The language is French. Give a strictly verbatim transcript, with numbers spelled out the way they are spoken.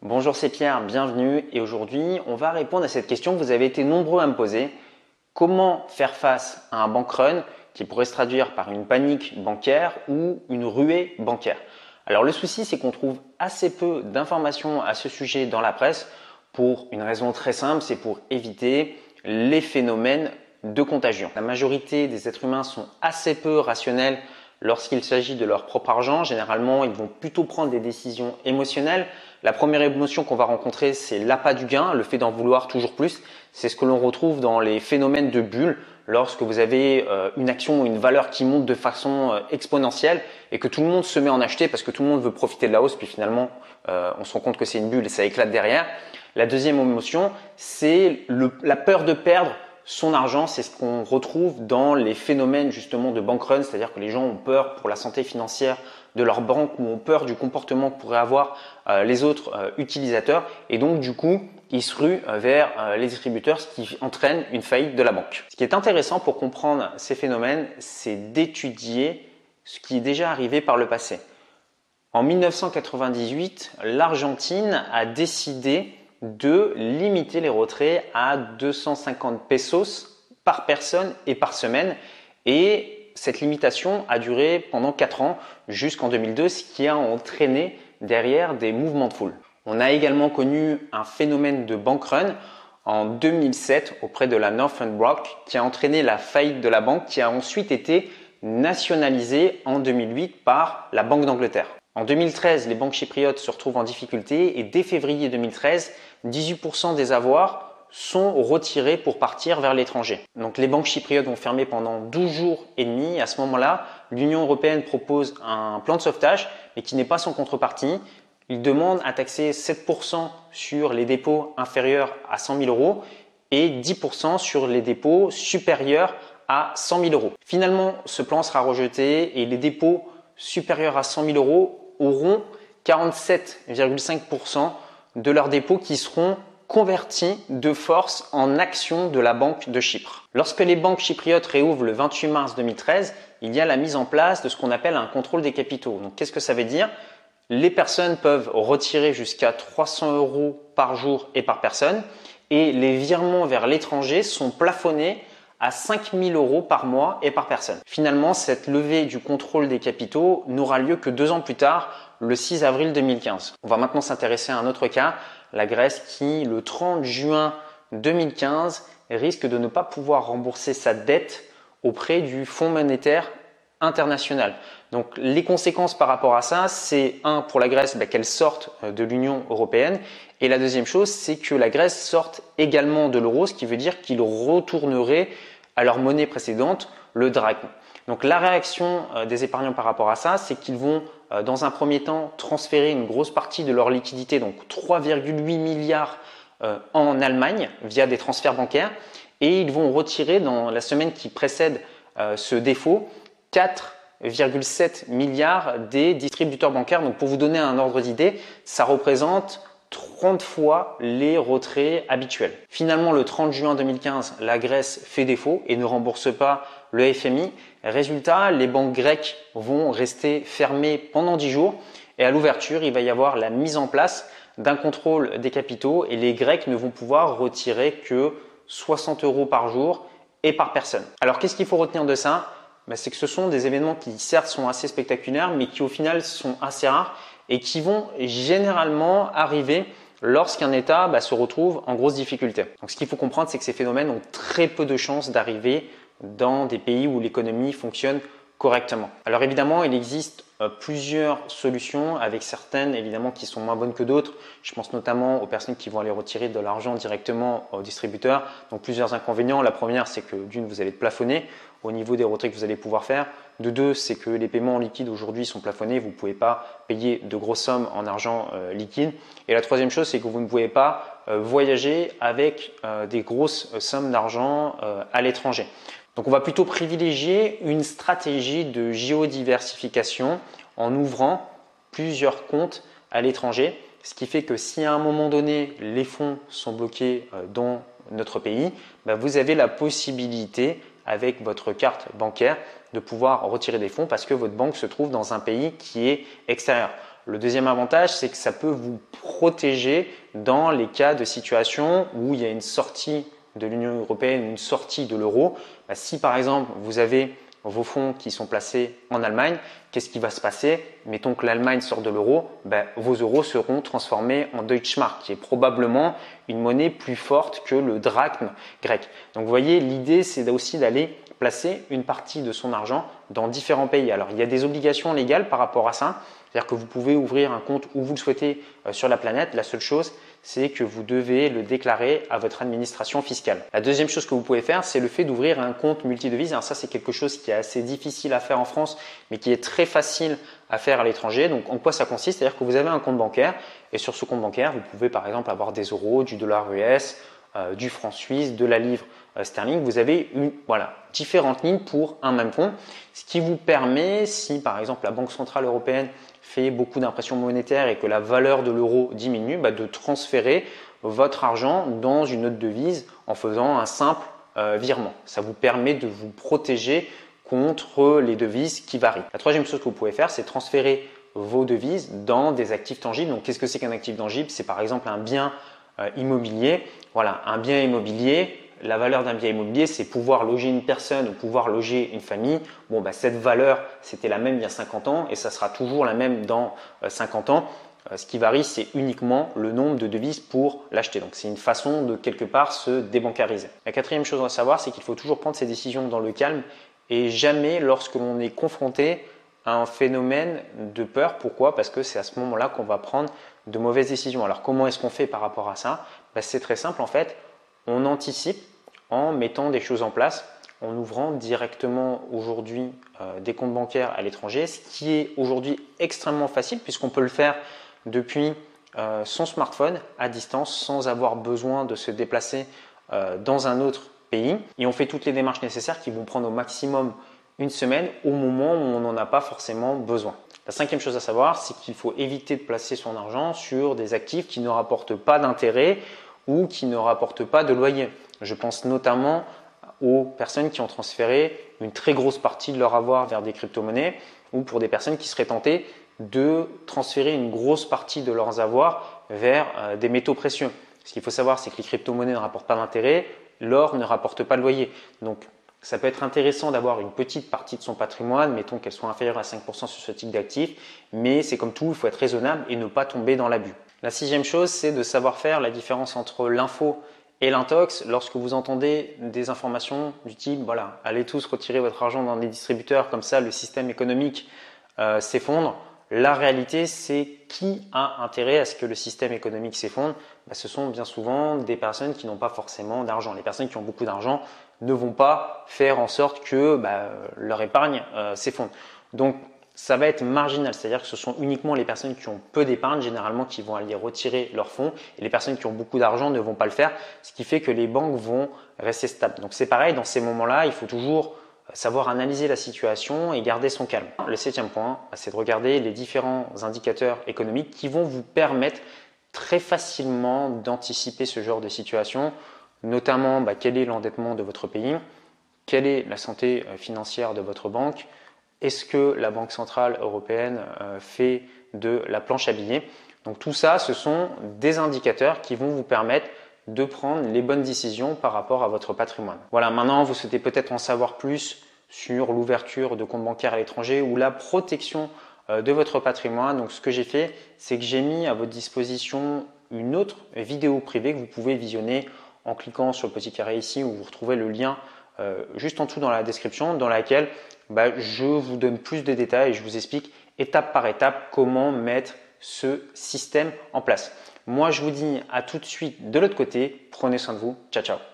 Bonjour, c'est Pierre, bienvenue et aujourd'hui on va répondre à cette question que vous avez été nombreux à me poser. Comment faire face à un bank run qui pourrait se traduire par une panique bancaire ou une ruée bancaire? Alors le souci, c'est qu'on trouve assez peu d'informations à ce sujet dans la presse pour une raison très simple, c'est pour éviter les phénomènes de contagion. La majorité des êtres humains sont assez peu rationnels lorsqu'il s'agit de leur propre argent. Généralement, ils vont plutôt prendre des décisions émotionnelles. La première émotion qu'on va rencontrer, c'est l'appât du gain, le fait d'en vouloir toujours plus. C'est ce que l'on retrouve dans les phénomènes de bulle lorsque vous avez euh, une action ou une valeur qui monte de façon euh, exponentielle et que tout le monde se met à en acheter parce que tout le monde veut profiter de la hausse, puis finalement, euh, on se rend compte que c'est une bulle et ça éclate derrière. La deuxième émotion, c'est le, la peur de perdre son argent. C'est ce qu'on retrouve dans les phénomènes justement de bank run, c'est-à-dire que les gens ont peur pour la santé financière de leur banque ou ont peur du comportement que pourraient avoir euh, les autres euh, utilisateurs et donc du coup ils se ruent euh, vers euh, les distributeurs, ce qui entraîne une faillite de la banque. Ce qui est intéressant pour comprendre ces phénomènes, c'est d'étudier ce qui est déjà arrivé par le passé. En mille neuf cent quatre-vingt-dix-huit, l'Argentine a décidé de limiter les retraits à deux cent cinquante pesos par personne et par semaine. Et cette limitation a duré pendant quatre ans jusqu'en deux mille deux, ce qui a entraîné derrière des mouvements de foule. On a également connu un phénomène de bank run en deux mille sept auprès de la Northern Rock qui a entraîné la faillite de la banque qui a ensuite été nationalisée en deux mille huit par la Banque d'Angleterre. En deux mille treize, les banques chypriotes se retrouvent en difficulté et dès février deux mille treize, dix-huit pour cent des avoirs sont retirés pour partir vers l'étranger. Donc les banques chypriotes vont fermer pendant douze jours et demi. À ce moment-là, l'Union européenne propose un plan de sauvetage, mais qui n'est pas sans contrepartie. Il demande à taxer sept pour cent sur les dépôts inférieurs à cent mille euros et dix pour cent sur les dépôts supérieurs à cent mille euros. Finalement, ce plan sera rejeté et les dépôts supérieurs à cent mille euros auront quarante-sept virgule cinq pour cent de leurs dépôts qui seront convertis de force en actions de la Banque de Chypre. Lorsque les banques chypriotes réouvrent le vingt-huit mars deux mille treize, il y a la mise en place de ce qu'on appelle un contrôle des capitaux. Donc, qu'est-ce que ça veut dire? Les personnes peuvent retirer jusqu'à trois cents euros par jour et par personne et les virements vers l'étranger sont plafonnés à cinq mille euros par mois et par personne. Finalement, cette levée du contrôle des capitaux n'aura lieu que deux ans plus tard, le six avril deux mille quinze. On va maintenant s'intéresser à un autre cas, la Grèce qui, le trente juin deux mille quinze, risque de ne pas pouvoir rembourser sa dette auprès du Fonds monétaire international. Donc les conséquences par rapport à ça, c'est un pour la Grèce bah, qu'elle sorte de l'Union européenne et la deuxième chose, c'est que la Grèce sorte également de l'euro, ce qui veut dire qu'ils retourneraient à leur monnaie précédente, le drachme. Donc la réaction des épargnants par rapport à ça, c'est qu'ils vont dans un premier temps transférer une grosse partie de leur liquidité, donc trois virgule huit milliards en Allemagne via des transferts bancaires et ils vont retirer dans la semaine qui précède ce défaut quatre virgule sept milliards des distributeurs bancaires. Donc pour vous donner un ordre d'idée, ça représente trente fois les retraits habituels. Finalement, le trente juin deux mille quinze, la Grèce fait défaut et ne rembourse pas le F M I. Résultat, les banques grecques vont rester fermées pendant dix jours et à l'ouverture, il va y avoir la mise en place d'un contrôle des capitaux et les Grecs ne vont pouvoir retirer que soixante euros par jour et par personne. Alors qu'est-ce qu'il faut retenir de ça? Ben, c'est que ce sont des événements qui certes sont assez spectaculaires mais qui au final sont assez rares et qui vont généralement arriver lorsqu'un État bah, se retrouve en grosse difficulté. Donc ce qu'il faut comprendre, c'est que ces phénomènes ont très peu de chances d'arriver dans des pays où l'économie fonctionne correctement. Alors évidemment, il existe euh, plusieurs solutions avec certaines évidemment qui sont moins bonnes que d'autres. Je pense notamment aux personnes qui vont aller retirer de l'argent directement au distributeur. Donc plusieurs inconvénients. La première, c'est que d'une, vous allez être plafonné au niveau des retraits que vous allez pouvoir faire. De deux, c'est que les paiements en liquide aujourd'hui sont plafonnés. Vous ne pouvez pas payer de grosses sommes en argent euh, liquide. Et la troisième chose, c'est que vous ne pouvez pas euh, voyager avec euh, des grosses sommes d'argent euh, à l'étranger. Donc on va plutôt privilégier une stratégie de géodiversification en ouvrant plusieurs comptes à l'étranger, ce qui fait que si à un moment donné les fonds sont bloqués dans notre pays, bah vous avez la possibilité avec votre carte bancaire de pouvoir retirer des fonds parce que votre banque se trouve dans un pays qui est extérieur. Le deuxième avantage, c'est que ça peut vous protéger dans les cas de situation où il y a une sortie de l'Union européenne, une sortie de l'euro. Bah, si par exemple vous avez vos fonds qui sont placés en Allemagne, qu'est-ce qui va se passer? Mettons que l'Allemagne sort de l'euro, ben, vos euros seront transformés en Deutschmark, qui est probablement une monnaie plus forte que le drachme grec. Donc vous voyez, l'idée c'est aussi d'aller placer une partie de son argent dans différents pays. Alors il y a des obligations légales par rapport à ça, c'est-à-dire que vous pouvez ouvrir un compte où vous le souhaitez euh, sur la planète. La seule chose, c'est que vous devez le déclarer à votre administration fiscale. La deuxième chose que vous pouvez faire, c'est le fait d'ouvrir un compte multidevise. Alors ça, c'est quelque chose qui est assez difficile à faire en France, mais qui est très facile à faire à l'étranger. Donc en quoi ça consiste? C'est-à-dire que vous avez un compte bancaire et sur ce compte bancaire, vous pouvez par exemple avoir des euros, du dollar U S, euh, du franc suisse, de la livre euh, sterling. Vous avez une, voilà, différentes lignes pour un même compte, ce qui vous permet, si par exemple la Banque centrale européenne fait beaucoup d'impressions monétaires et que la valeur de l'euro diminue, bah, de transférer votre argent dans une autre devise en faisant un simple euh, virement. Ça vous permet de vous protéger contre les devises qui varient. La troisième chose que vous pouvez faire, c'est transférer vos devises dans des actifs tangibles. Donc, qu'est-ce que c'est qu'un actif tangible? C'est par exemple un bien euh, immobilier. Voilà, un bien immobilier. La valeur d'un bien immobilier, c'est pouvoir loger une personne ou pouvoir loger une famille. Bon, bah, cette valeur, c'était la même il y a cinquante ans et ça sera toujours la même dans euh, cinquante ans. Euh, ce qui varie, c'est uniquement le nombre de devises pour l'acheter. Donc, c'est une façon de quelque part se débancariser. La quatrième chose à savoir, c'est qu'il faut toujours prendre ses décisions dans le calme et jamais lorsque l'on est confronté à un phénomène de peur. Pourquoi? Parce que c'est à ce moment-là qu'on va prendre de mauvaises décisions. Alors, comment est-ce qu'on fait par rapport à ça? Bah, c'est très simple en fait. On anticipe en mettant des choses en place, en ouvrant directement aujourd'hui euh, des comptes bancaires à l'étranger, ce qui est aujourd'hui extrêmement facile puisqu'on peut le faire depuis euh, son smartphone à distance sans avoir besoin de se déplacer euh, dans un autre pays. Et on fait toutes les démarches nécessaires qui vont prendre au maximum une semaine au moment où on n'en a pas forcément besoin. La cinquième chose à savoir, c'est qu'il faut éviter de placer son argent sur des actifs qui ne rapportent pas d'intérêt ou qui ne rapportent pas de loyer. Je pense notamment aux personnes qui ont transféré une très grosse partie de leur avoir vers des crypto-monnaies ou pour des personnes qui seraient tentées de transférer une grosse partie de leurs avoirs vers euh, des métaux précieux. Ce qu'il faut savoir, c'est que les crypto-monnaies ne rapportent pas d'intérêt, l'or ne rapporte pas de loyer. Donc, ça peut être intéressant d'avoir une petite partie de son patrimoine, mettons qu'elle soit inférieure à cinq pour cent sur ce type d'actifs, mais c'est comme tout, il faut être raisonnable et ne pas tomber dans l'abus. La sixième chose, c'est de savoir faire la différence entre l'info et l'intox. Lorsque vous entendez des informations du type, voilà, allez tous retirer votre argent dans des distributeurs, comme ça le système économique euh, s'effondre. La réalité, c'est qui a intérêt à ce que le système économique s'effondre? Ben, ce sont bien souvent des personnes qui n'ont pas forcément d'argent. Les personnes qui ont beaucoup d'argent ne vont pas faire en sorte que ben, leur épargne euh, s'effondre. Donc, ça va être marginal, c'est-à-dire que ce sont uniquement les personnes qui ont peu d'épargne, généralement, qui vont aller retirer leurs fonds et les personnes qui ont beaucoup d'argent ne vont pas le faire, ce qui fait que les banques vont rester stables. Donc, c'est pareil, dans ces moments-là, il faut toujours savoir analyser la situation et garder son calme. Le septième point, c'est de regarder les différents indicateurs économiques qui vont vous permettre très facilement d'anticiper ce genre de situation, notamment bah, quel est l'endettement de votre pays, quelle est la santé financière de votre banque, est-ce que la Banque centrale européenne euh, fait de la planche à billets. Donc tout ça, ce sont des indicateurs qui vont vous permettre de prendre les bonnes décisions par rapport à votre patrimoine. Voilà, maintenant vous souhaitez peut-être en savoir plus sur l'ouverture de comptes bancaires à l'étranger ou la protection euh, de votre patrimoine. Donc ce que j'ai fait, c'est que j'ai mis à votre disposition une autre vidéo privée que vous pouvez visionner en cliquant sur le petit carré ici où vous retrouvez le lien euh, juste en dessous dans la description, dans laquelle bah, je vous donne plus de détails et je vous explique étape par étape comment mettre ce système en place. Moi, je vous dis à tout de suite de l'autre côté. Prenez soin de vous. Ciao, ciao.